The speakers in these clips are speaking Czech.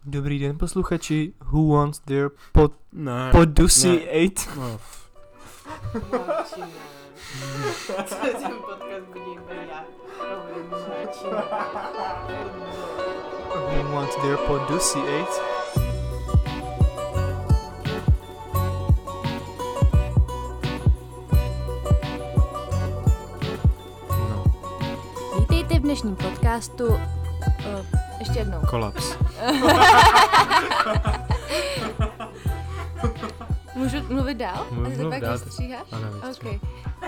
Dobrý den, posluchači. Who wants their Podussy 8? No. Celý ten podcast bude iba ja. Who wants their Podussy 8? No. Vítejte v dnešním podcastu. Ještě jednou. Kolaps. Můžu mluvit dál? Můžu mluvit dál. Ano, okay.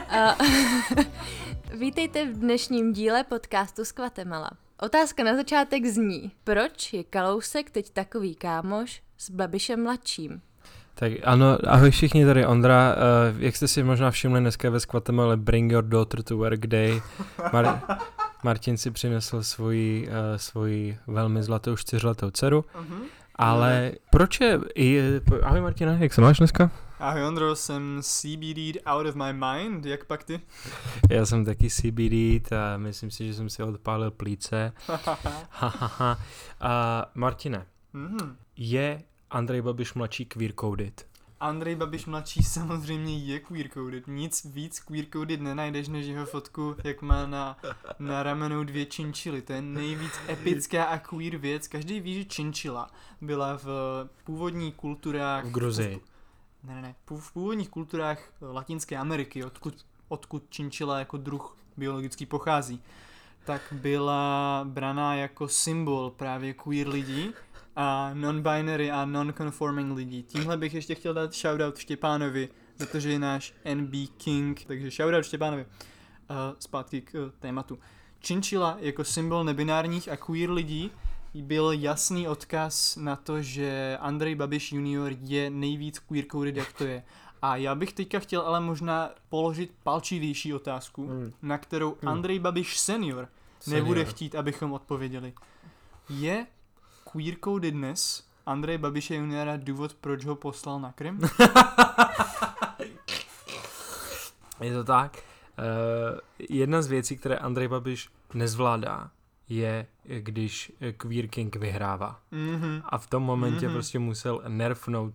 Vítejte v dnešním díle podcastu z Guatemala. Otázka na začátek zní, proč je Kalousek teď takový kámoš s Babišem mladším? Tak ano, ahoj všichni, tady Ondra. Jak jste si možná všimli, dneska ve Guatemala Bring Your Daughter to Work Day. Martin si přinesl svoji velmi zlatou 4letou dceru. Ale proč je... Ahoj Martina, jak se máš dneska? Ahoj Ondro, jsem CBD'd out of my mind, jak pak ty? Já jsem taky CBD'd a myslím si, že jsem si odpálil plíce. Martine, je Andrej Babiš mladší queer-coded? Andrej Babiš mladší samozřejmě je queer-coded. Nic víc queer-coded nenajdeš než jeho fotku, jak má na ramenou 2 činčily. To je nejvíc epická a queer věc. Každý ví, že činčila byla v původních kulturách... V Gruzii. V původních kulturách Latinské Ameriky, odkud činčila jako druh biologický pochází, tak byla braná jako symbol právě queer lidí a non-binary a non-conforming lidí. Tímhle bych ještě chtěl dát shoutout Štěpánovi, protože je náš NB King, takže shoutout Štěpánovi. Zpátky k tématu. Činčila jako symbol nebinárních a queer lidí byl jasný odkaz na to, že Andrej Babiš junior je nejvíc queer-coded, jak to je. A já bych teďka chtěl ale možná položit palčivější otázku, na kterou Andrej Babiš senior nebude chtít, abychom odpověděli. Je queer-codedness Andrej Babiše juniora důvod, proč ho poslal na Krym? Je to tak. Jedna z věcí, které Andrej Babiš nezvládá, je, když Queer King vyhrává. A v tom momentě prostě musel nerfnout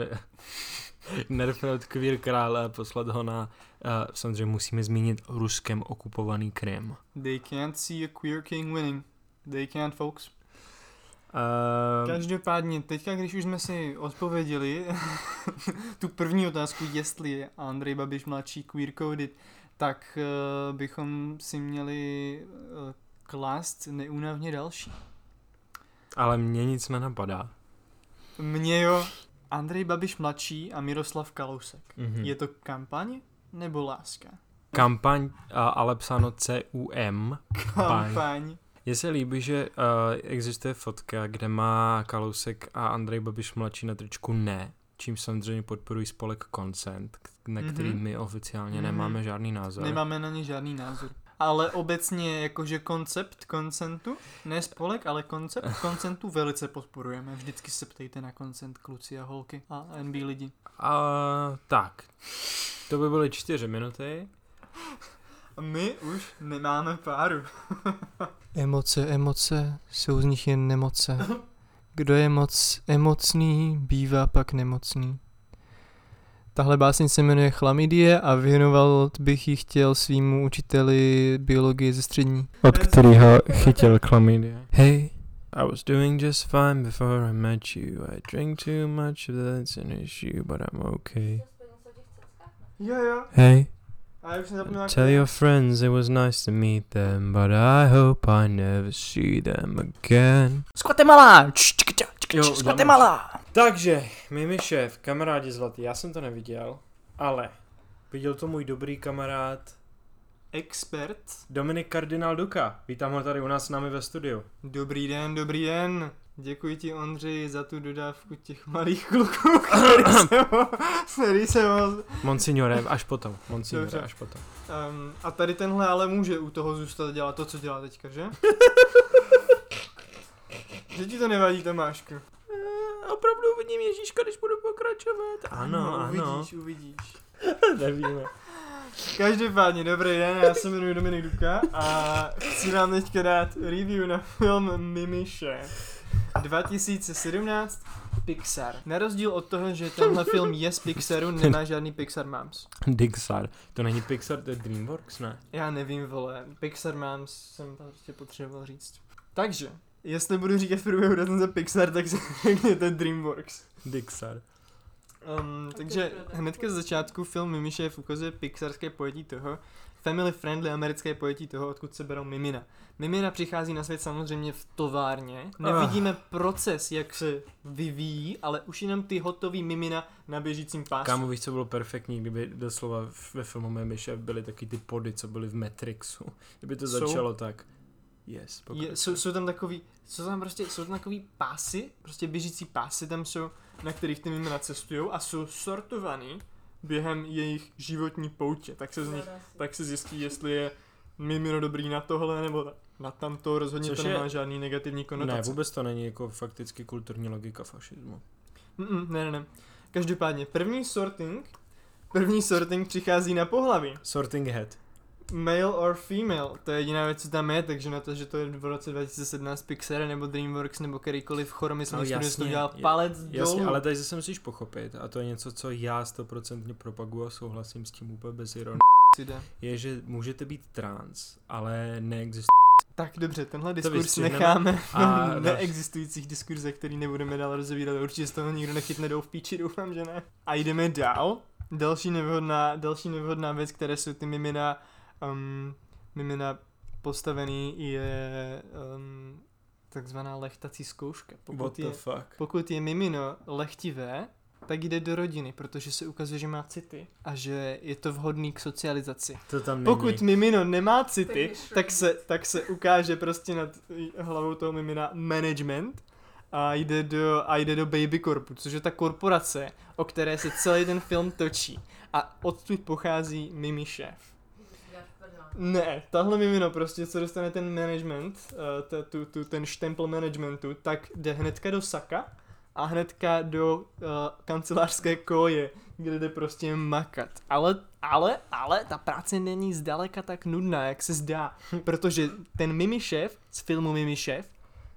Queer krále a poslat ho na, samozřejmě musíme zmínit, Ruskem okupovaný Krym. They can't see a Queer King winning. They can't, folks. Každopádně, teďka, když už jsme si odpověděli tu první otázku, jestli je Andrej Babiš mladší queer-coded, tak bychom si měli klást neúnavně další. Ale mě nic nenapadá. Mně jo. Andrej Babiš mladší a Miroslav Kalousek. Je to kampaň nebo láska? Kampaň, ale psáno CUM. Kampaň. Mně se líbí, že existuje fotka, kde má Kalousek a Andrej Babiš mladší na tričku ne, čím samozřejmě podporují spolek Consent, na který my oficiálně nemáme žádný názor. Nemáme na ně žádný názor. Ale obecně jakože koncept koncentu, ne spolek, ale koncept koncentu velice podporujeme. Vždycky se ptejte na koncent, kluci a holky a NB lidi. Tak, to by byly 4 minuty. My už nemáme páru. Emoce, jsou z nich jen nemoce. Kdo je moc emocný, bývá pak nemocný. Tahle báseň se jmenuje Chlamydie a věnoval bych ji chtěl svýmu učiteli biologie ze střední. Od kterého chytil chlamydie. Hey, I was doing just fine before I met you. I drink too much of that's an issue, but I'm okay. Jo. Hey, Tell your friends it was nice to meet them, but I hope I never see them again. Z Guatemala! Z Guatemala! Takže, Mimi šéf, kamarádi zlatý, já jsem to neviděl, ale viděl to můj dobrý kamarád, expert Dominik Kardinál Duka. Vítám ho tady u nás s námi ve studiu. Dobrý den. Děkuji ti, Ondřej, za tu dodávku těch malých kluků, který se ho... Monsignore, až potom. A tady tenhle ale může u toho zůstat dělat to, co dělá teďka, že? Že ti to nevadí, Tomášku? Opravdu uvidím Ježíška, když budu pokračovat. Ano. Uvidíš. Nevíme. Každopádně, dobrý den, já se jmenuji Dominik Duka a chci vám teďka dát review na film Mimi šéf. 2017 Pixar. Na rozdíl od toho, že tenhle film je z Pixaru, nemá žádný Pixar Moms. Dixar. To není Pixar, to je DreamWorks, ne? Já nevím, vole. Pixar Moms jsem prostě potřeboval říct. Takže, jestli budu říkat v průběhu recenze Pixar, tak se řekněte DreamWorks. Dixar. Takže hnedka z začátku film Mimišev ukazuje pixarské pojetí toho, family friendly americké pojetí toho, odkud se berou mimina. Mimina přichází na svět samozřejmě v továrně, nevidíme proces, jak se vyvíjí, ale už jenom ty hotový mimina na běžícím pásu. Kámo, víš, co bylo perfektní, kdyby doslova ve filmu Mimišev byly taky ty pody, co byly v Matrixu. Kdyby to začalo tak. Yes, jsou tam takový pásy, prostě běžící pásy tam jsou, na kterých ty mimina cestujou a jsou sortovaný během jejich životní poutě. Tak se zjistí, jestli je mimino dobrý na tohle nebo na tamto, rozhodně což to nemá žádný negativní konotace. Ne, vůbec to není jako fakticky kulturní logika fašismu. Ne. Každopádně, první sorting přichází na pohlaví. Sorting head. Male or female, to je jediná věc, co tam je, takže na to, že to je v roce 2017 Pixar nebo DreamWorks nebo kterýkoliv choromyslný studio to dělal palec dolů. Jasně, ale tady se musíš pochopit a to je něco, co já 100% propaguju a souhlasím s tím úplně bez ironie. Je, že můžete být trans, ale neexistuje. Tak dobře, tenhle diskurs necháme na neexistujících diskurzech, který nebudeme dál rozebírat, určitě z toho nikdo nechytne jdou v píči, doufám, že ne. A jdeme dál. Další nevhodná věc, které jsou ty mimina postavený, je takzvaná lechtací zkouška. Pokud je mimino lechtivé, tak jde do rodiny, protože se ukazuje, že má city a že je to vhodný k socializaci. To tam není. Pokud mimino nemá city, tak se ukáže prostě nad hlavou toho mimina management a jde do Baby Corpu, což je ta korporace, o které se celý ten film točí. A odtud pochází Mimišev. Ne, tahle mimino prostě, co dostane ten management, ten štempel managementu, tak jde hnedka do saka a hnedka do kancelářské koje, kde jde prostě makat. Ale ta práce není zdaleka tak nudná, jak se zdá, protože ten Mimišev z filmu Mimišev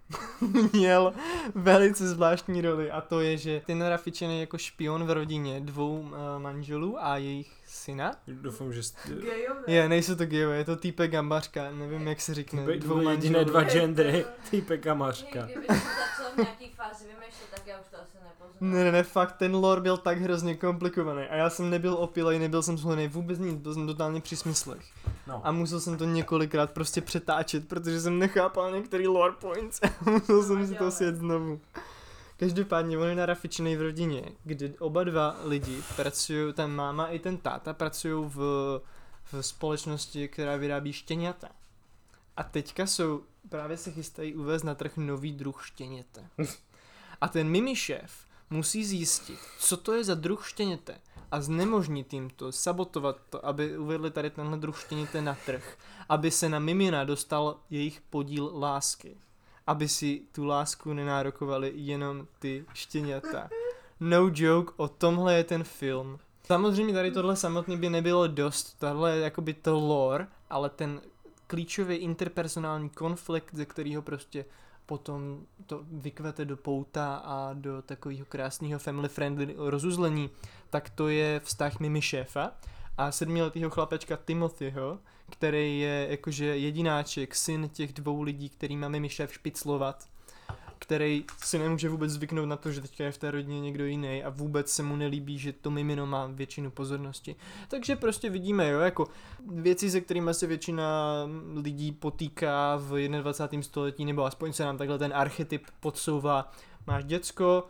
měl velice zvláštní roli a to je, že ten Rafičen je jako špion v rodině dvou manželů a jejich syna. Doufám, že nejsou to gejové, je to týpek a mařka, nevím jak se řekne. Jediné dva gendry, týpek a mařka. Kdyby se začal v nějaký fázi vymýšlet, tak já už to asi nepoznám. Ne, fakt ten lore byl tak hrozně komplikovaný a já jsem nebyl opilej, nebyl jsem zholený, vůbec nic, byl jsem totálně při smyslech. No. A musel jsem to několikrát prostě přetáčet, protože jsem nechápal některý lore points a musel jsem si to sjet znovu. Každopádně on je narafičený v rodině, kdy oba dva lidi pracují, ten máma i ten táta pracují v společnosti, která vyrábí štěňata. A teďka právě se chystají uvést na trh nový druh štěněte. A ten Mimišev musí zjistit, co to je za druh štěněte a znemožnit jim to, sabotovat to, aby uvedli tady tenhle druh štěněte na trh, aby se na mimina dostal jejich podíl lásky, aby si tu lásku nenárokovali jenom ty štěňata. No joke, o tomhle je ten film. Samozřejmě tady tohle samotný by nebylo dost, tohle je jakoby to lore, ale ten klíčový interpersonální konflikt, ze kterého prostě potom to vykvete do pouta a do takového krásného family friendly rozuzlení, tak to je vztah Mimišefa a 7letého chlapečka Timothyho, který je jakože jedináček, syn těch dvou lidí, který má Mimišev špiclovat, který si nemůže vůbec zvyknout na to, že teďka je v té rodině někdo jiný a vůbec se mu nelíbí, že to mimino má většinu pozornosti. Takže prostě vidíme, jako věci, se kterými se většina lidí potýká v 21. století, nebo aspoň se nám takhle ten archetyp podsouvá. Máš děcko,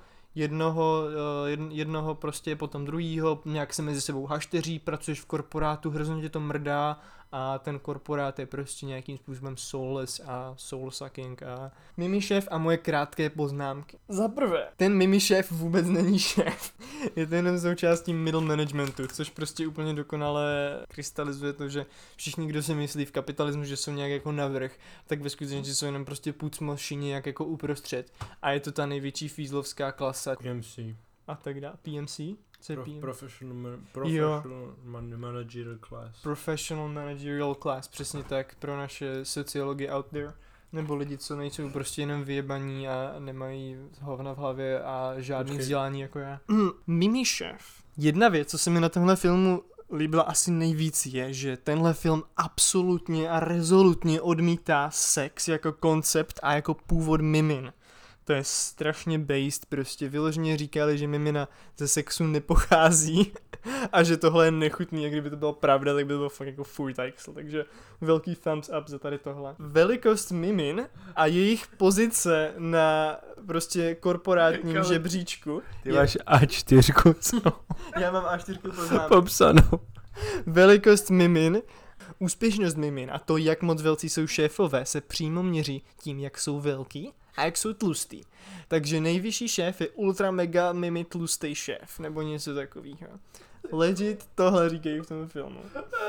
jednoho prostě potom druhýho, nějak se mezi sebou hašteří, pracuješ v korporátu, hrozně tě to mrdá a ten korporát je prostě nějakým způsobem soulless a soul-sucking a Mimišev a moje krátké poznámky. Za prvé, ten Mimišev vůbec není šéf, je to jenom součástí middle managementu, což prostě úplně dokonale krystalizuje to, že všichni, kdo si myslí v kapitalismu, že jsou nějak jako navrch, tak ve skutečnosti jsou jenom prostě pucmoši nějak jako uprostřed a je to ta největší fízlovská klasa. PMC. A tak dále. PMC? Professional managerial class. Professional managerial class, přesně tak, pro naše sociology out there. Nebo lidi, co nejsou prostě jenom vyjebaní a nemají hovna v hlavě a žádný vzdělání jako já. Mimi šéf. Jedna věc, co se mi na tomhle filmu líbila asi nejvíc, je, že tenhle film absolutně a rezolutně odmítá sex jako koncept a jako původ mimin. To je strašně based, prostě vyloženě říkali, že mimina ze sexu nepochází a že tohle je nechutný, a kdyby to bylo pravda, tak by to bylo fakt jako furt Eichsel, takže velký thumbs up za tady tohle. Velikost mimin a jejich pozice na prostě korporátním žebříčku. Ty máš A4, co? Já mám A4 poznámku. Popsanou. Velikost mimin, úspěšnost mimin a to, jak moc velcí jsou šéfové, se přímo měří tím, jak jsou velký a jak jsou tlustý. Takže nejvyšší šéf je ultra mega mimi tlustý šéf, nebo něco takového. Legit tohle říkají v tom filmu.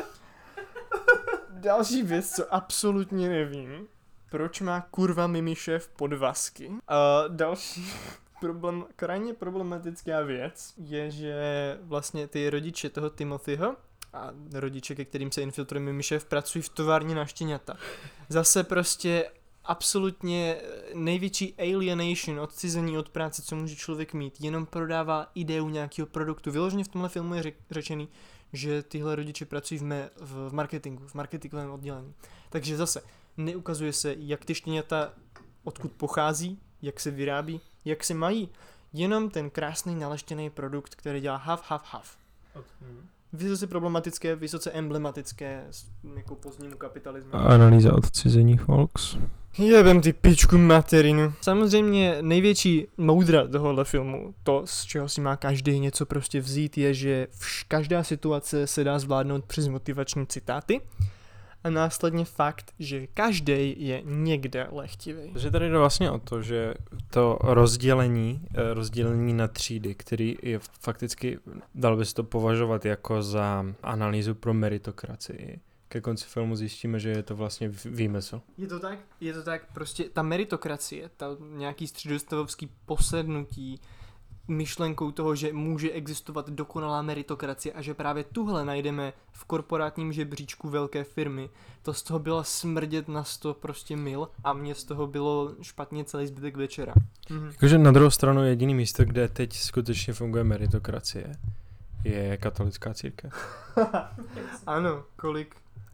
Další věc, co absolutně nevím, proč má kurva mimi šéf podvazky. A další krajně problematická věc je, že vlastně ty rodiče toho Timothyho a rodiče, ke kterým se infiltruje mimi šéf, pracují v továrně na štěňata. Zase prostě absolutně největší alienation, odcizení od práce, co může člověk mít, jenom prodává ideu nějakého produktu. Vyloženě v tomhle filmu je řečený, že tyhle rodiče pracují v marketingu, v marketingovém oddělení. Takže zase neukazuje se, jak ty štěňata odkud pochází, jak se vyrábí, jak se mají. Jenom ten krásný naleštěný produkt, který dělá hav. Vysoce problematické, vysoce emblematické jako pozdnímu kapitalismu. Analýza odcizení, folks. Jebem ty pičku materinu. Samozřejmě největší moudra tohohle filmu, to, z čeho si má každý něco prostě vzít, je, že každá situace se dá zvládnout přes motivační citáty a následně fakt, že každý je někde lehtivý. Takže tady jde vlastně o to, že to rozdělení na třídy, který je fakticky, dalo by se to považovat jako za analýzu pro meritokracii. Ke konci filmu zjistíme, že je to vlastně výmysl. Je to tak, prostě ta meritokracie, ta nějaký středostavovský posednutí myšlenkou toho, že může existovat dokonalá meritokracie a že právě tuhle najdeme v korporátním žebříčku velké firmy. To z toho bylo smrdět na 100 prostě mil a mě z toho bylo špatně celý zbytek večera. Jakože na druhou stranu jediný místo, kde teď skutečně funguje meritokracie, je katolická církev. Ano, kolik?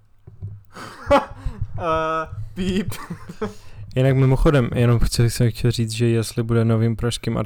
Píp. Jinak mimochodem, jenom jsem chtěl říct, že jestli bude novým pražským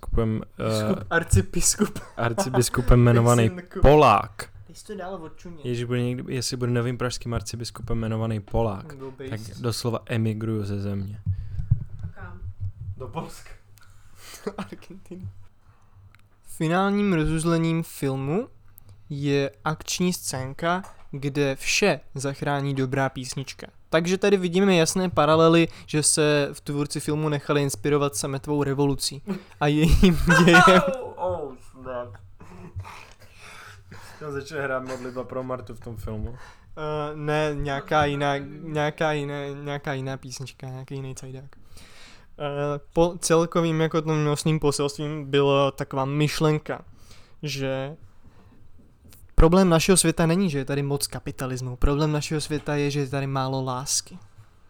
arcibiskupem jmenovaný Polák, jestli bude novým pražským arcibiskupem jmenovaný Polák, tak doslova emigruju ze země. Kam? Do Polska. Argentiny. Finálním rozuzlením filmu je akční scénka, kde vše zachrání dobrá písnička. Takže tady vidíme jasné paralely, že se v tvůrci filmu nechali inspirovat sametovou revolucí a jejím dějem. Tam začne hrát modlitba pro Martu v tom filmu. Ne, nějaká jiná písnička, nějaký jiný cajdák. Po celkovým jako tím nosným poselstvím byla taková myšlenka, že problém našeho světa není, že je tady moc kapitalismu. Problém našeho světa je, že je tady málo lásky.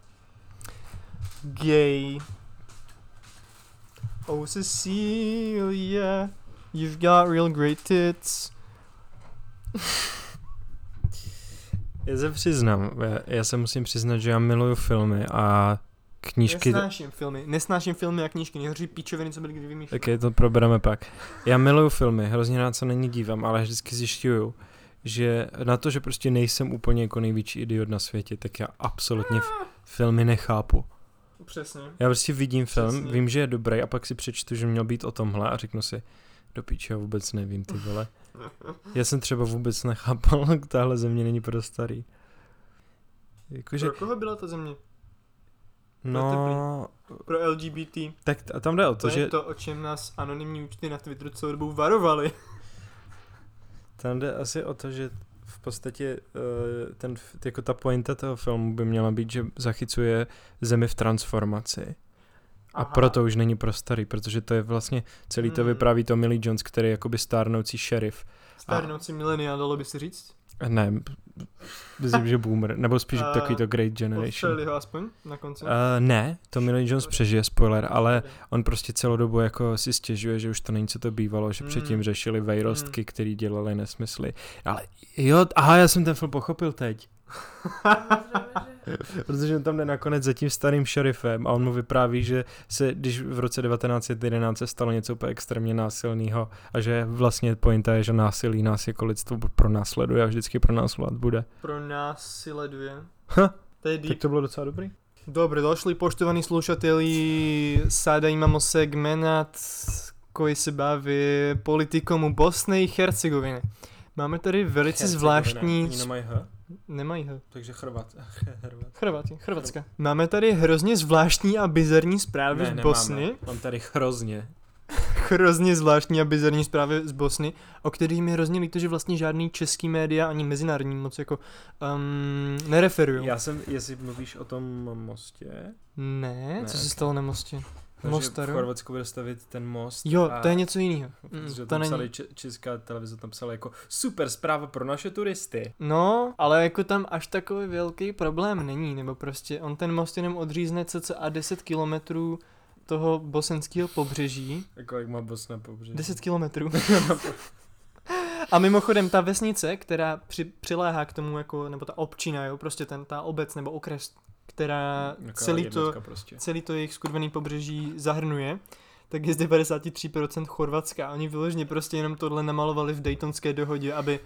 Gay. Oh Cecilia, you've got real great tits. Já se musím přiznat, že já miluju filmy a knížky... Nesnáším filmy a knížky, nejhorší píčoviny, co byly kdy vymýšlet. Ok, to probereme pak. Já miluju filmy, hrozně rád se na ně dívám, ale vždycky zjišťuju, že na to, že prostě nejsem úplně jako největší idiot na světě, tak já absolutně filmy nechápu. Přesně. Já prostě vidím film, vím, že je dobrý a pak si přečtu, že měl být o tomhle a řeknu si, do píče, já vůbec nevím, ty vole. Já jsem třeba vůbec nechápal, tahle země není pro starý. Jakože... Pro koho byla ta země? No... Pro LGBT. Tak a tam jde o to, že... To je to, o čem nás anonymní účty na Twitteru celou dobu varovali. Tam jde asi o to, že v podstatě jako ta pointa toho filmu by měla být, že zachycuje zemi v transformaci. A proto už není pro starý, protože to je vlastně, celý to vypráví Tommy Lee Jones, který je jakoby stárnoucí šerif. Stárnoucí mileniál, dalo by si říct? Ne, myslím, že boomer, nebo spíš takový to Great Generation. Odstřelili ho aspoň na konci? Ne, Tommy Lee Jones přežije, spoiler, ale on prostě celou dobu jako si stěžuje, že už to není, co to bývalo, že předtím řešili vejrostky, který dělali nesmysly. Ale jo, aha, já jsem ten film pochopil teď. Protože on tam jde nakonec za tím starým šerifem a on mu vypráví, že se, když v roce 1911 se stalo něco úplně extrémně násilného a že vlastně pointa je, že násilí nás jako lidstvo pronásleduje a vždycky pronásledovat bude. Pronásleduje. To je deep. Tak to bylo docela dobrý. Dobre, došli poštovaní slušatelji, sada imamo segmenat koji se baví politikom u Bosny i Hercegovine. Máme tady velice zvláštní... Oni nemají H? Nemají H. Takže Chorvatska. Máme tady hrozně zvláštní a bizarní zprávy z Bosny. Mám tady hrozně zvláštní a bizarní zprávy z Bosny, o kterých mi hrozně líto, že vlastně žádný český média ani mezinárodní moc jako nereferují. Jestli mluvíš o tom mostě? Ne, co se stalo na mostě? V Chorvatsku bude stavit ten most. Jo, to je něco jiného. Protože tam psali, česká televize tam psala jako super zpráva pro naše turisty. No, ale jako tam až takový velký problém není, nebo prostě on ten most jenom odřízne cca 10 kilometrů toho bosenského pobřeží. Jako jak má Bosna pobřeží? 10 kilometrů. A mimochodem ta vesnice, která přiléhá k tomu, jako, nebo ta občina, jo, prostě ta obec nebo okres, která celý to jejich skurvený pobřeží zahrnuje, tak je z 93% Chorvatska. Oni vyloženě prostě jenom tohle namalovali v Daytonské dohodě, aby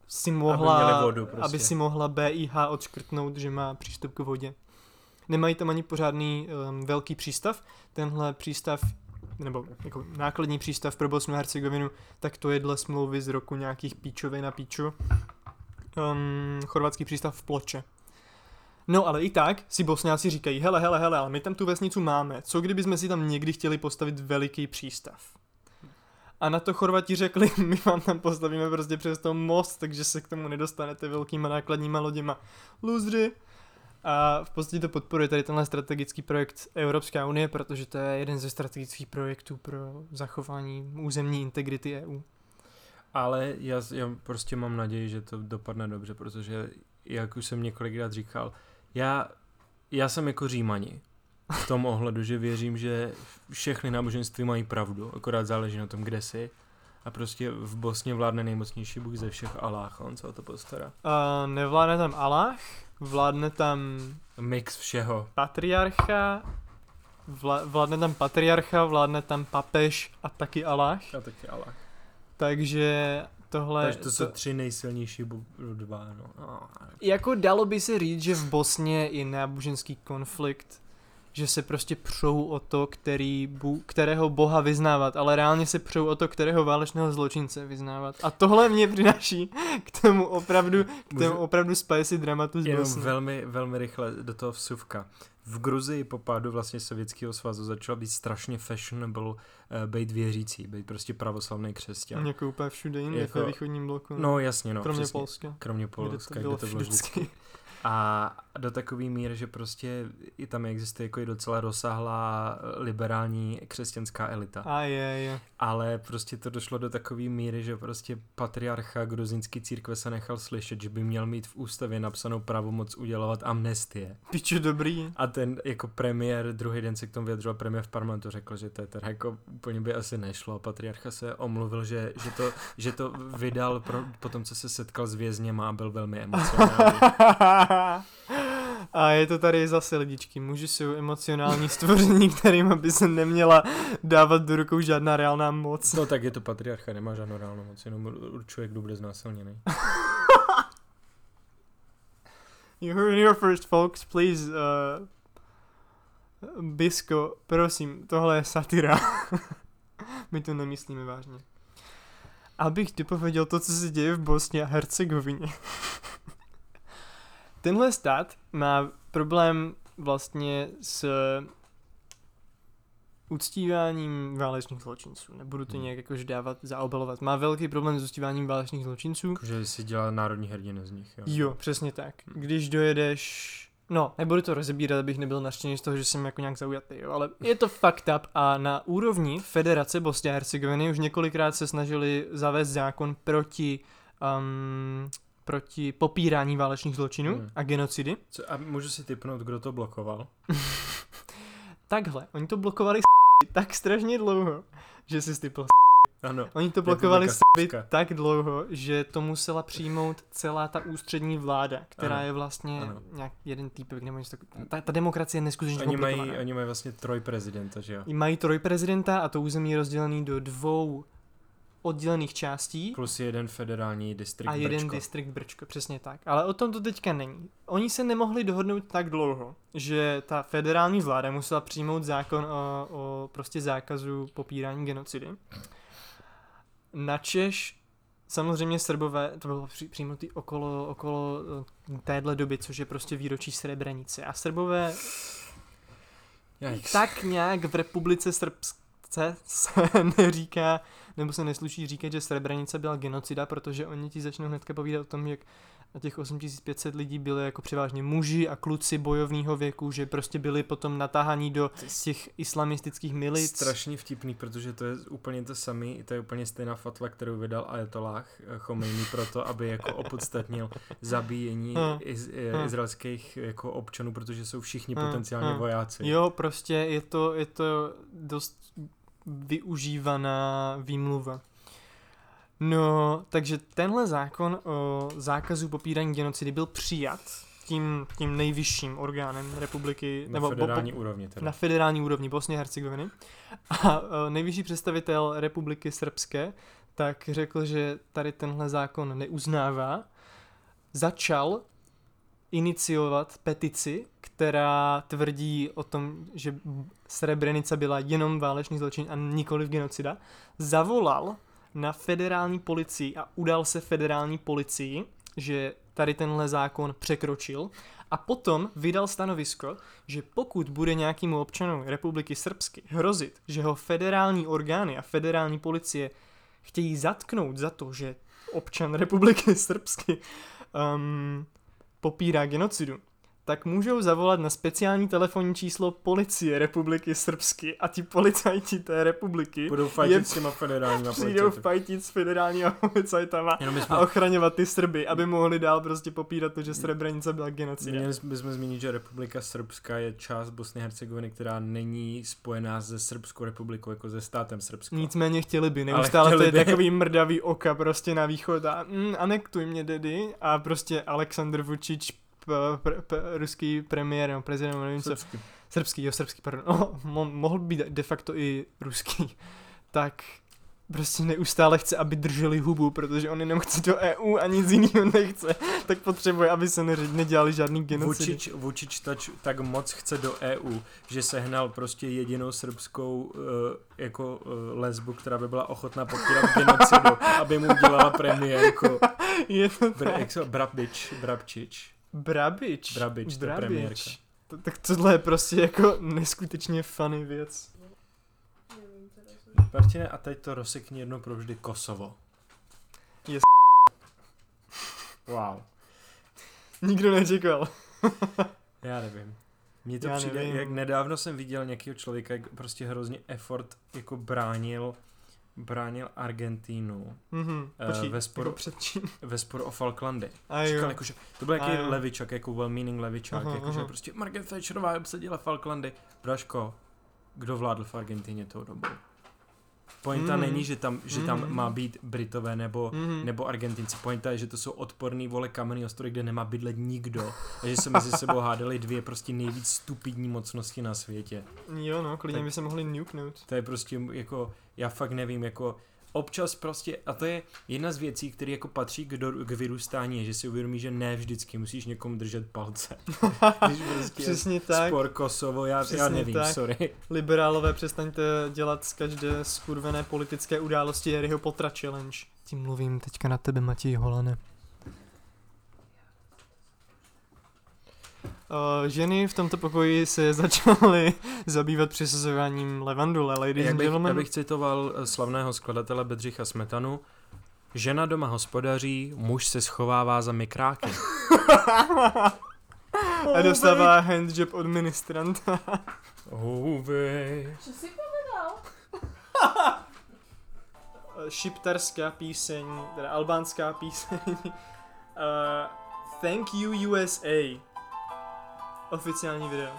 si mohla BIH odškrtnout, že má přístup k vodě. Nemají tam ani pořádný velký přístav. Tenhle přístav, nebo jako nákladní přístav pro Bosnu a Hercegovinu, tak to je dle smlouvy z roku nějakých píčovej na píču. Chorvatský přístav v Ploče. No ale i tak si Bosňáci říkají, hele, ale my tam tu vesnicu máme, co kdybychom si tam někdy chtěli postavit veliký přístav. A na to Chorvati řekli, my vám tam postavíme prostě přes to most, takže se k tomu nedostanete velkýma nákladníma loděma. Lůzři. A v podstatě to podporuje tady tenhle strategický projekt Evropská unie, protože to je jeden ze strategických projektů pro zachování územní integrity EU. Ale já prostě mám naději, že to dopadne dobře, protože jak už jsem několikrát říkal, já jsem jako Římani v tom ohledu, že věřím, že všechny náboženství mají pravdu, akorát záleží na tom, kde jsi. A prostě v Bosně vládne nejmocnější Bůh ze všech, Aláh, on se o to postará. Nevládne tam Aláh, vládne tam... Mix všeho. Vládne tam papež a taky Aláh. A taky Aláh. Takže tohle... Takže to jsou tři nejsilnější dva, no. Jako dalo by se říct, že v Bosně je náboženský konflikt, že se prostě přou o to, kterého boha vyznávat, ale reálně se přou o to, kterého válečného zločince vyznávat. A tohle mě přináší k tomu opravdu spicy dramatu z Bosny. Jenom velmi rychle do toho vsuvka. V Gruzii po pádu vlastně Sovětského svazu začalo být strašně fashionable být věřící, být prostě pravoslavný křesťan. Jako úplně všude jinde, ve východním bloku. No jasně, no. Kromě Polska. Kromě Polska, kde to bylo vždycky. A do takový míry, že prostě i tam existuje jako i docela rozsáhlá liberální křesťanská elita. A je. Ale prostě to došlo do takový míry, že prostě patriarcha gruzínský církve se nechal slyšet, že by měl mít v ústavě napsanou pravomoc udělovat amnestie. Piču, dobrý. A ten jako premiér, druhý den se k tomu vyjadřoval, premiér v parlamentu řekl, že to je teda jako úplně by asi nešlo. Patriarcha se omluvil, že to vydal po tom, co se setkal s vězněma a byl velmi emocionální. A je to tady zase lidičky. Muži jsou emocionální stvoření, kterým by se neměla dávat do rukou žádná reálná moc. No tak je to patriarcha, nemá žádnou reálnou moc, jenom určuje, kdo bude znásilněný. You heard it here first, folks. Please, Bisko, prosím, tohle je satira. My to nemyslíme vážně. Abych dopověděl to, co se děje v Bosně a Hercegovině. Tenhle stát má problém vlastně s uctíváním válečných zločinců. Nebudu to nějak jakož dávat, zaobalovat. Má velký problém s uctíváním válečných zločinců. Že si dělá národní hrdiny z nich, jo? Jo, přesně tak. Když dojedeš... No, nebudu to rozebírat, abych nebyl naštvený z toho, že jsem jako nějak zaujatý, jo, ale je to fucked up a na úrovni Federace Bosny a Hercegoviny už několikrát se snažili zavést zákon proti proti popírání válečných zločinů a genocidy. A můžu si tipnout, kdo to blokoval? Takhle, oni to blokovali tak strašně dlouho, že si stypl. Ano. Oni to blokovali Srbska. tak dlouho, že to musela přijmout celá ta ústřední vláda, která je vlastně nějak jeden týpek, nebo něco takového. Ta demokracie je neskutečně komplikovaná. Oni mají vlastně trojprezidenta, že jo? Mají trojprezidenta a to území je rozdělený do 2 oddělených částí. Plus jeden federální distrikt a jeden distrikt Brčko, přesně tak. Ale o tom to teďka není. Oni se nemohli dohodnout tak dlouho, že ta federální vláda musela přijmout zákon o prostě zákazu popírání genocidy. Načež samozřejmě Srbové, to bylo přímo okolo téhle doby, což je prostě výročí Srebrenice. A Srbové tak nějak v republice Srbské se neříká, nebo se nesluší říkat, že Srebrenice byla genocida, protože oni ti začnou hnedka povídat o tom, jak na těch 8500 lidí byli jako převážně muži a kluci bojovného věku, že prostě byli potom natáhaní do těch islamistických milic. Strašně vtipný, protože to je úplně to samý, to je úplně stejná fatva, kterou vydal ajatolláh Chomejní proto, aby jako opodstatnil zabíjení izraelských jako občanů, protože jsou všichni potenciálně vojáci. Jo, prostě je to dost využívaná výmluva. No, takže tenhle zákon o zákazu popírání genocidy byl přijat tím nejvyšším orgánem republiky. Na federální úrovni teda. Na federální úrovni Bosny a Hercegoviny. A nejvyšší představitel republiky Srbské tak řekl, že tady tenhle zákon neuznává. Začal iniciovat petici, která tvrdí o tom, že Srebrenica byla jenom válečný zločin a nikoliv genocida. Zavolal na federální policii a udal se federální policii, že tady tenhle zákon překročil a potom vydal stanovisko, že pokud bude nějakému občanu republiky Srbsky hrozit, že ho federální orgány a federální policie chtějí zatknout za to, že občan republiky Srbsky popírá genocidu, tak můžou zavolat na speciální telefonní číslo policie republiky Srbsky a ti policajti té republiky budou fajtit s těma federálníma přijdou fajtit s federálníma policajtama a ochraňovat ty Srby, aby mohli dál prostě popírat to, že Srebrenica byla genocida. Měli bychom zmínit, že republika Srbská je část Bosny a Hercegoviny, která není spojená se Srbskou republikou, jako se státem Srbsko. Nicméně chtěli by, neustále to je takový mrdavý oka prostě na východ a anektuj mě dedi a prostě Aleksandr Vučić ruský premiér, no, prezident, nevím co. Srbský, pardon. Mohl být de facto i ruský. Tak prostě neustále chce, aby drželi hubu, protože on jenom chce do EU a nic jiného nechce. Tak potřebuje, aby se nedělali žádný genocidy. Vučić tak moc chce do EU, že sehnal prostě jedinou srbskou lesbu, která by byla ochotná popírat genocidu, aby mu dělala premiérku. Brabič, to je premiérka. Tak tohle je prostě jako neskutečně funny věc. Martine, a teď to rozsekni jednou provždy Kosovo. Wow. Nikdo nečekal. Já nevím. Mně to přijde, jak nedávno jsem viděl nějakého člověka, jak prostě hrozně effort jako bránil Argentínu ve sporu o Falklandy. Říkal, jakože, to byl jaký levičák, jako well-meaning levičák, jakože prostě Margaret Thatcherová obsadila Falklandy. Braško, kdo vládl v Argentíně tou dobou? Pointa není, že tam má být Britové nebo Argentinci. Pointa je, že to jsou odporný kamenný ostrovy, kde nemá bydlet nikdo. A že se mezi sebou hádali dvě prostě nejvíc stupidní mocnosti na světě. Jo, no, klidně by se mohli nuknout. To je prostě jako, já fakt nevím, jako občas prostě, a to je jedna z věcí, které jako patří k vyrůstání, je, že si uvědomí, že ne vždycky musíš někomu držet palce. Když prostě přesně tak. Spor Kosovo, já nevím, tak. Sorry. Liberálové, přestaňte dělat z každé skurvené politické události Harryho Pottera challenge. Tím mluvím teďka na tebe, Matěj Holane. Ženy v tomto pokoji se začaly zabývat přisazováním levandule. Ladies and gentlemen. Já bych citoval slavného skladatele Bedřicha Smetanu. Žena doma hospodaří, muž se schovává za mikráky. A dostává handjob od ministranta. Co jsi povedal? Šiptarská píseň, teda albánská píseň Thank You USA. Oficiální video.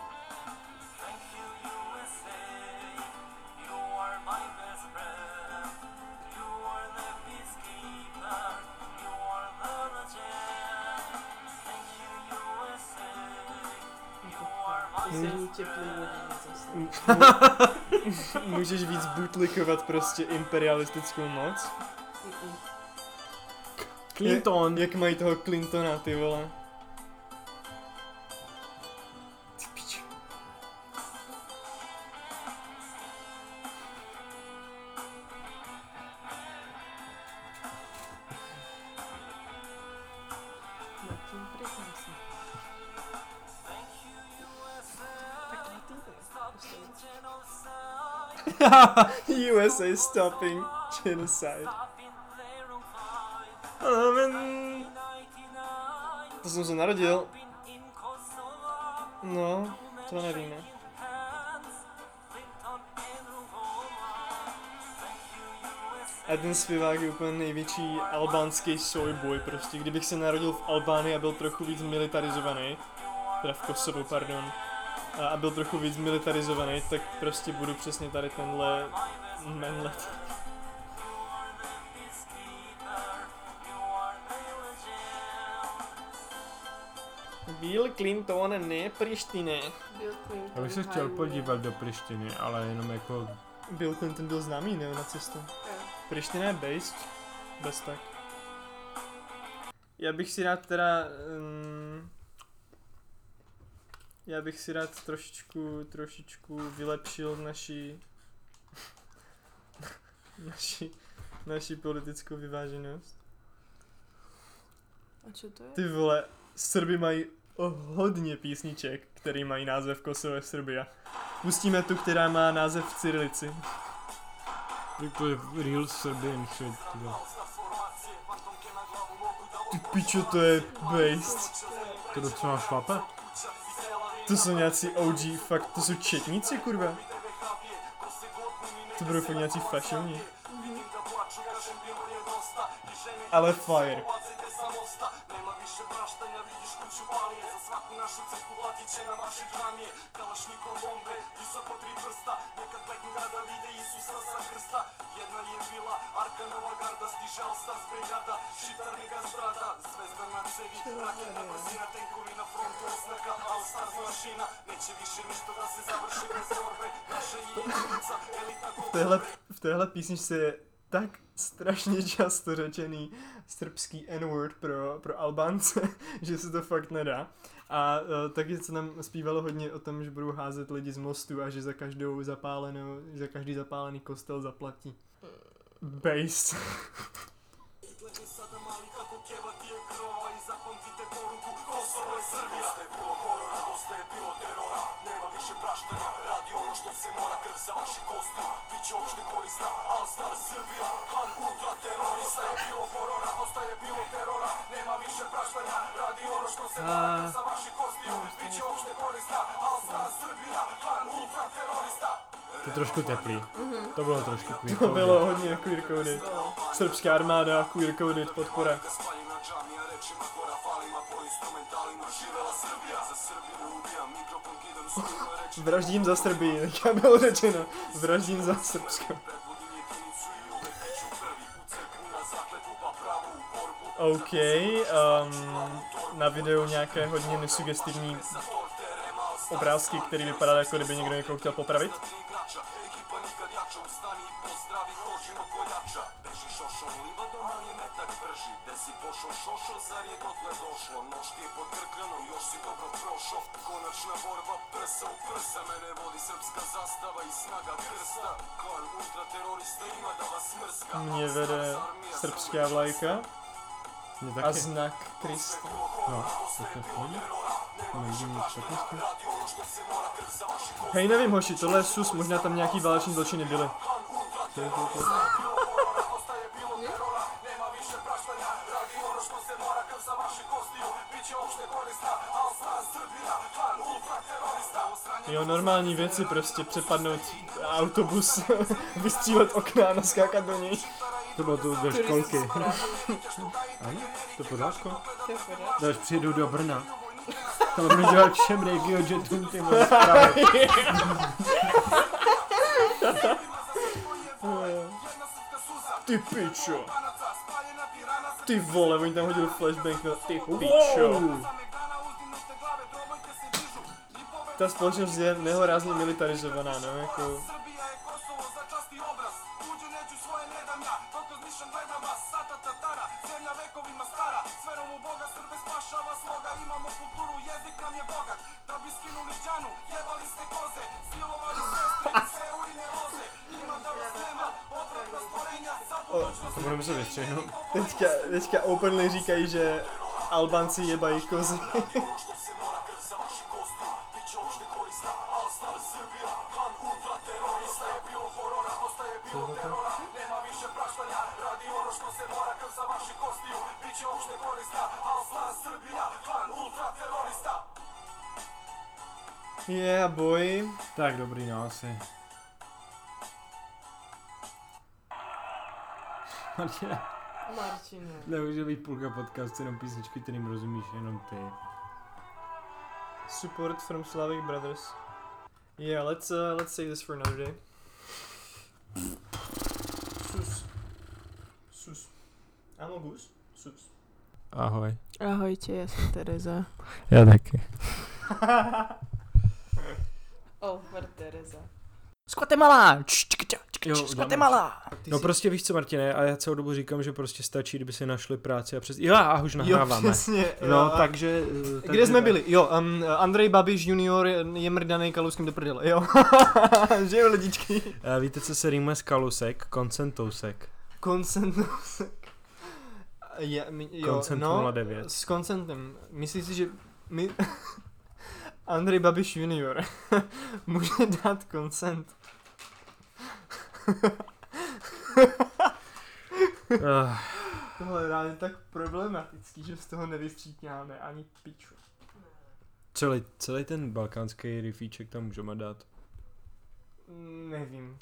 Písení teplý vody zase. Můžeš víc bootlikovat prostě imperialistickou moc? Clinton. Jak mají toho Clintona, ty vole. Ty pičo. Martin, přiznám se. Tak USA stopping genocide. To jsem se narodil. No, to nevíme. A ten zpěvák je úplně největší albánský soyboy prostě. Kdybych se narodil v Albánii a byl trochu víc militarizovaný, teda v Kosovu, pardon, a byl trochu víc militarizovaný, tak prostě budu přesně tady tenhle manlet. Bill Clinton, ne Prištine. Bill Clinton. Já bych se chtěl podívat do Prištiny, ale jenom jako... Bill Clinton byl známý neonacista. Priština je based, bez tak. Já bych si rád teda... já bych si rád trošičku vylepšil naši politickou vyváženost. A co to je? Ty vole, Srby mají hodně písniček, který mají název Kosovo je Srbia. Pustíme tu, která má název v cyrilici. To je real Serbian shit, tyhle. Ty pičo, to je based. To docela šlape. To jsou nějací OG, fakt, to jsou četníci, kurva. To budou fakt nějací fašovní. Ale fire. V téhle písničce je tak strašně často řečený srbský N-word pro Albánce, že se to fakt nedá. A taky se nám zpívalo hodně o tom, že budou házet lidi z mostu a že za každý zapálený kostel zaplatí. Based. To je trošku teplý. To bylo trošku queer. To bylo hodně queer coded. Srbská armáda, queer coded, podpora. Vraždím za Srbii, jak bylo řečeno. Vraždím za Srbsko. OK, na videu nějaké hodně nesugestivní obrázky, který vypadá, jako kdyby někdo někoho chtěl popravit. Mě vede srbská vlajka a znak Krista. No, to je fajn. Nevidím nic takového. Hej, nevím hoši, tohle je sus, možná tam nějaký váleční zločiny byly. Jo, normální věci prostě, přepadnout autobus, vystřílet okna a naskákat do něj. To bylo to do školky. Ano, to pořádko. Až přijdu do Brna. To budu dělat všem regiojetům ty moje zprávy. Ty pičo. Ty vole, oni tam hodili flashbang na ty pičo. Ta společnost je nehorázně militarizovaná, no, jako... To budeme muset vystřihnout. Teďka openly říkají, že Albánci jebají kozy. Yeah, boy. Tak dobrý, no asi. Martine. Nemůže být půlka podcastu, jenom písničky, kterým rozumíš jenom ty. Support from Slavic Brothers. Yeah, let's save this for another day. Sus. Amogus? Sus. Ahoj. Ahojte, já jsem Tereza. Já taky. Over Tereza. Z Guatemala! Z Guatemala! No prostě víš co, Martine, a já celou dobu říkám, že prostě stačí, kdyby si našli práci a přes... Jo, a už nahráváme. Jo, přesně. No, takže... Kde jsme byli? Jo, Andrej Babiš junior je mrdanej Kalouským do prdele, jo. Že jo, lidičky. Víte, co se rýmuje s Kalusek? Koncentousek. Koncentousek. Koncent 09. S koncentem. Myslíš si, že my... Andrej Babiš junior může dát koncent? Tohle je právě tak problematický, že z toho nevystříknáme ani piču. Celý ten balkánský rifíček tam můžeme dát. Nevím.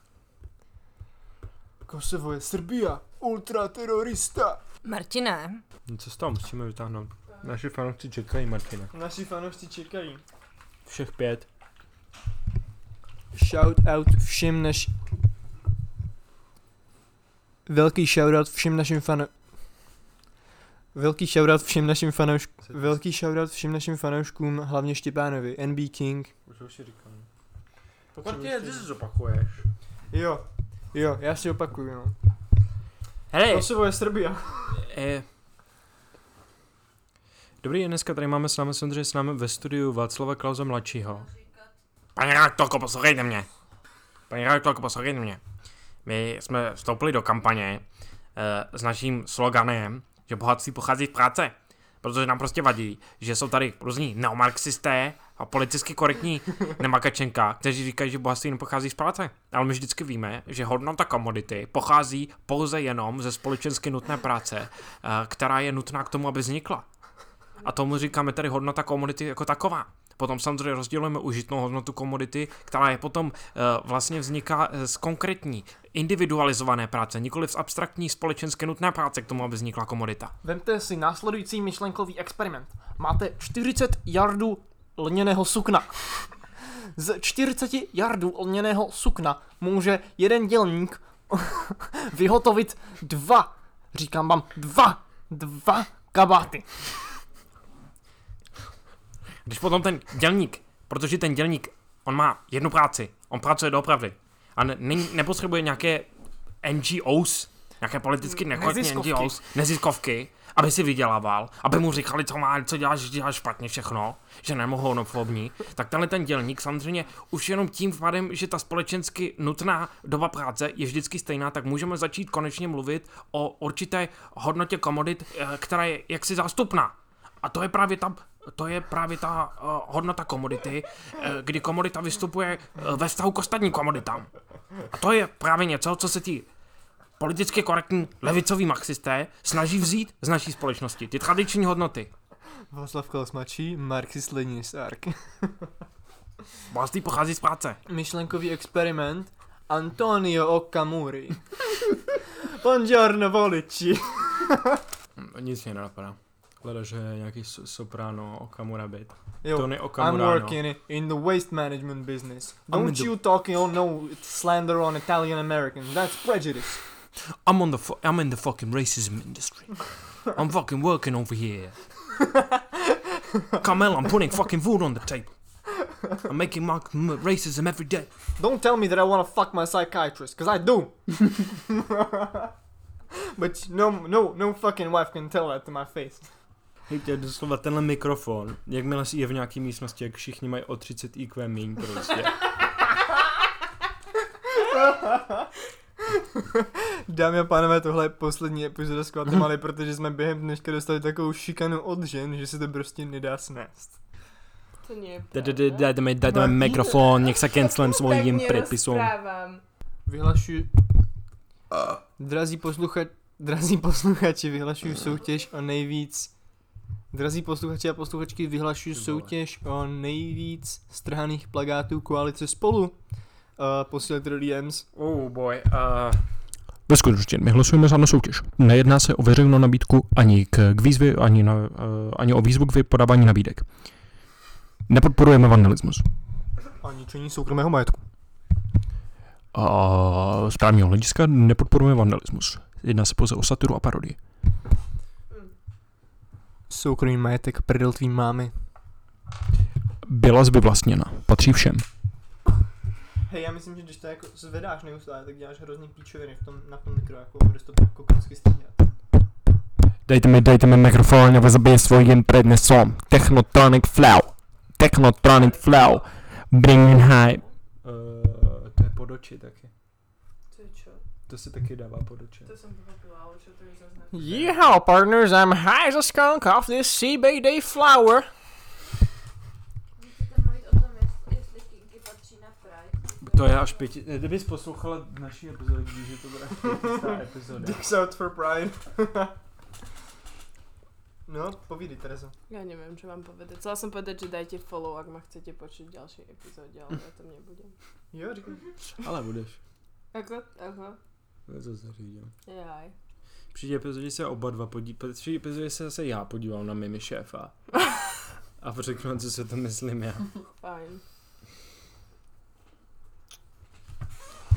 Kosovo je Srbia, ultraterorista. Martine, Co z toho musíme vytáhnout? Naši fanoušci čekají, Martina. Naši fanoušci čekají. Všech 5. Shout out všem Velký shoutout všem našim Velký shoutout všem našim fanouškům, hlavně Štěpánovi, NB King. Už si říkám. Martine, ty si zopakuješ. Jo, já si opakuju, no. Hele! Kosovo je Srbia. Dobrý, dneska tady máme samozřejmě s námi ve studiu Václava Klause mladšího. Paní redaktorko, poslouchejte mě. My jsme vstoupili do kampaně s naším sloganem, že bohatství pochází z práce. Protože nám prostě vadí, že jsou tady různí neomarxisté a politicky korektní nemakačenka, kteří říkají, že bohatství nepochází z práce. Ale my vždycky víme, že hodnota komodity pochází pouze jenom ze společensky nutné práce, která je nutná k tomu, aby vznikla. A tomu říkáme tady hodnota komodity jako taková. Potom samozřejmě rozdělujeme užitnou hodnotu komodity, která je potom vlastně vzniká z konkrétní, individualizované práce, nikoli z abstraktní společensky nutné práce k tomu, aby vznikla komodita. Vemte si následující myšlenkový experiment. Máte 40 yardů lněného sukna. Z 40 yardů lněného sukna může jeden dělník vyhotovit dva kabáty. Když potom ten dělník, protože ten dělník, on má jednu práci, on pracuje doopravdy a nepotřebuje nějaké NGOs, nějaké politicky nekorektní NGOs, neziskovky, aby si vydělával, aby mu říkali, co děláš, že děláš špatně všechno, že nemohou homofobní, tak tenhle ten dělník samozřejmě už jenom tím pádem, že ta společensky nutná doba práce je vždycky stejná, tak můžeme začít konečně mluvit o určité hodnotě komodit, která je jaksi zástupná. A to je právě ta hodnota komodity, kdy komodita vystupuje ve vztahu k ostatním komoditám. A to je právě něco, co se ti politicky korektní levicoví marxisté snaží vzít z naší společnosti. Ty tradiční hodnoty. Václav Klaus mladší, marxist-leninisták. Bohatství pochází z práce. Myšlenkový experiment Antonio Okamuri. Buongiorno voliči. Nic mě nenapadá. Hleda, že je nějaký soprano Okamura bit. Yo, Tony I'm Okamura, working in the waste management business. I'm in Don't the- you talking no slander on Italian Americans. That's prejudice. I'm in the fucking racism industry. I'm fucking working over here. Carmel, I'm putting fucking food on the table. I'm making racism every day. Don't tell me that I want to fuck my psychiatrist, cause I do. But no fucking wife can tell that to my face. Hejte, doslova tenhle mikrofon, jakmile je v nějaký místnosti, jak všichni mají o 30 IQ míň prostě. Dámy a pánové, tohle je poslední epizoda z Guatemaly, protože jsme během dneška dostali takovou šikanu od žen, že se to prostě nedá snést. To nie je Dajte mi mikrofon, nech se cancelem svojím předpisům. Vyhlašuji... Drazí posluchači, vyhlašuji soutěž o nejvíc... Drazí posluchači a posluchačky, vyhlašuji soutěž o nejvíc strhaných plakátů koalice Spolu. Posílejte do DMs. Oh boy, Ve skutečnosti my hlasujeme za soutěž. Nejedná se o veřejnou nabídku ani k výzvě, ani o výzvu k podávání nabídek. Nepodporujeme vandalismus. A ničení soukromého majetku. A z právního hlediska nepodporujeme vandalismus. Jedná se pouze o satiru a parodii. Soukromý majetek, prdel tvý mámy. Byla vyvlastněna. Patří všem. Hej, já myslím, že když to jako zvedáš neustále, tak děláš hrozný píčoviny na tom mikro, jako budeš to tak kokonsky stříhat. Dejte mi mikrofon, aby zabije svojím prednesom. Technotronic flow. Bringing high. to je pod oči taky. To je čo? To se taky dává pod oči. To jsem pochopila, ale čo to je za znak? Yeehaw, partners, I'm high as a skunk off this CBD flower. Můžete mluvit o tom, jestli kinky patří na Pride. To je až kdybys poslouchala naší epizody, víš, že to bude 5. epizoda. Dicks out for pride. No, povídej, Terezo. Ja neviem, čo vám povedať. Chcela som povedať, že dajte follow, ak ma chcete počuť v ďalšej epizóde, ale ja tam nebudem. Jo, říkám. Ale budeš. Ako? To se řídil. Jaj. Při epizodě se oba dva při epizodě se zase já podívám na mimi šéfa. A řeknu, co se to myslím já. Fajn.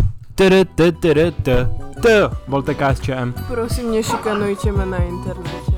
Volte KSČM. Prosím, nešikanujte ma na internete.